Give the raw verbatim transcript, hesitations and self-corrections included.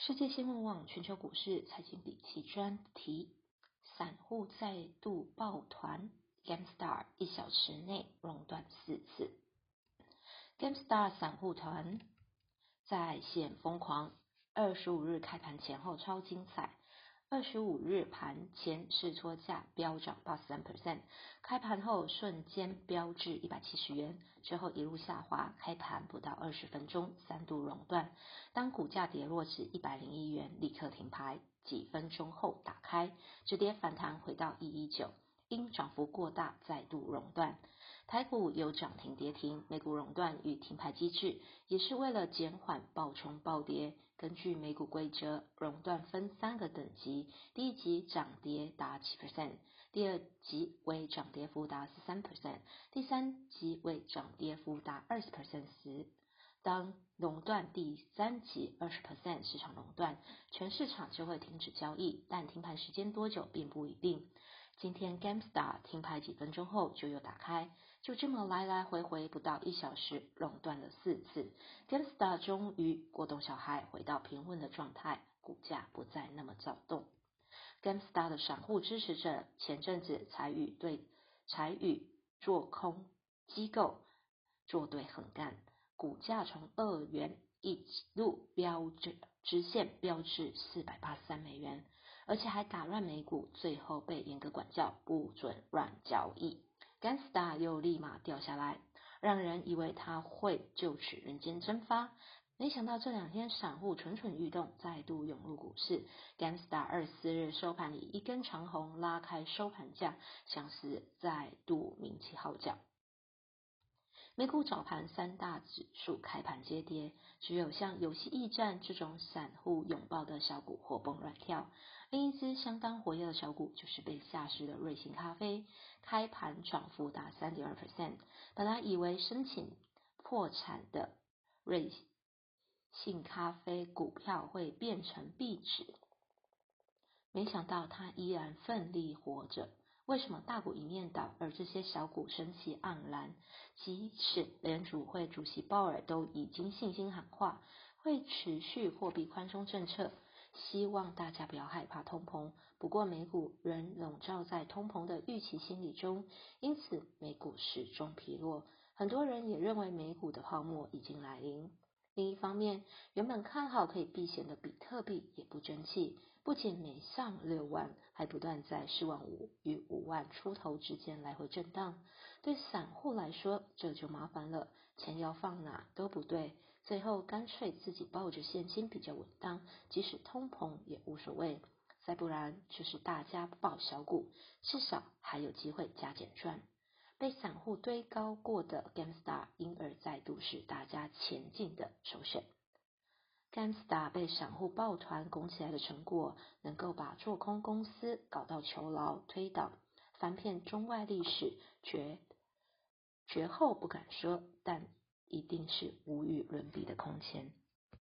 世界新闻网全球股市财经笔记专题：散户再度抱团 ，GameStar 一小时内熔断四次。GameStar 散户团在线疯狂，二十五日开盘前后超精彩。二十五日盘前试撮价飙涨 百分之八十三， 开盘后瞬间飙至一百七十元，之后一路下滑，开盘不到二十分钟三度熔断，当股价跌落至一百零一元立刻停牌，几分钟后打开，止跌反弹回到一百一十九，因涨幅过大再度熔断。台股有涨停跌停，美股熔断与停牌机制也是为了减缓暴冲暴跌。根据美股规则，熔断分三个等级，第一级涨跌达 百分之七， 第二级为涨跌幅达 百分之十三， 第三级为涨跌幅达 百分之二十 时，当熔断第三级 百分之二十 市场熔断，全市场就会停止交易，但停盘时间多久并不一定。今天 GameStar 停牌几分钟后就又打开，就这么来来回回不到一小时熔断了四次， GameStar 终于过动小孩回到平稳的状态，股价不再那么躁动。 GameStar 的散户支持者前阵子才与对才与做空机构作对横干，股价从二元一路飙至直线飙至四百八十三美元，而且还打乱美股，最后被严格管教，不准乱交易。GameStar 又立马掉下来，让人以为它会就此人间蒸发。没想到这两天散户蠢蠢欲动，再度涌入股市。GameStar 二十四日收盘以一根长红拉开收盘价，像是再度名气号角。美股早盘三大指数开盘皆跌，只有像游戏驿站这种散户拥抱的小股活蹦乱跳。另一支相当活跃的小股就是被下市的瑞幸咖啡，开盘涨幅达 百分之三点二， 本来以为申请破产的瑞幸咖啡股票会变成壁纸，没想到它依然奋力活着。为什么大股一面倒，而这些小股生气盎然？即使联储会主席鲍尔都已经信心喊话，会持续货币宽松政策，希望大家不要害怕通膨。不过美股仍笼罩在通膨的预期心理中，因此美股始终疲弱。很多人也认为美股的泡沫已经来临。另一方面，原本看好可以避险的比特币也不争气，不仅没上六万，还不断在四万五与五万出头之间来回震荡。对散户来说这就麻烦了，钱要放哪都不对，最后干脆自己抱着现金比较稳当，即使通膨也无所谓，再不然就是大家抱小股，至少还有机会加减赚。被散户堆高过的 GameStar 因而再度是大家前进的首选。GameStar 被散户抱团拱起来的成果，能够把做空公司搞到囚牢推倒，翻遍中外历史，绝绝后不敢说，但一定是无与伦比的空前。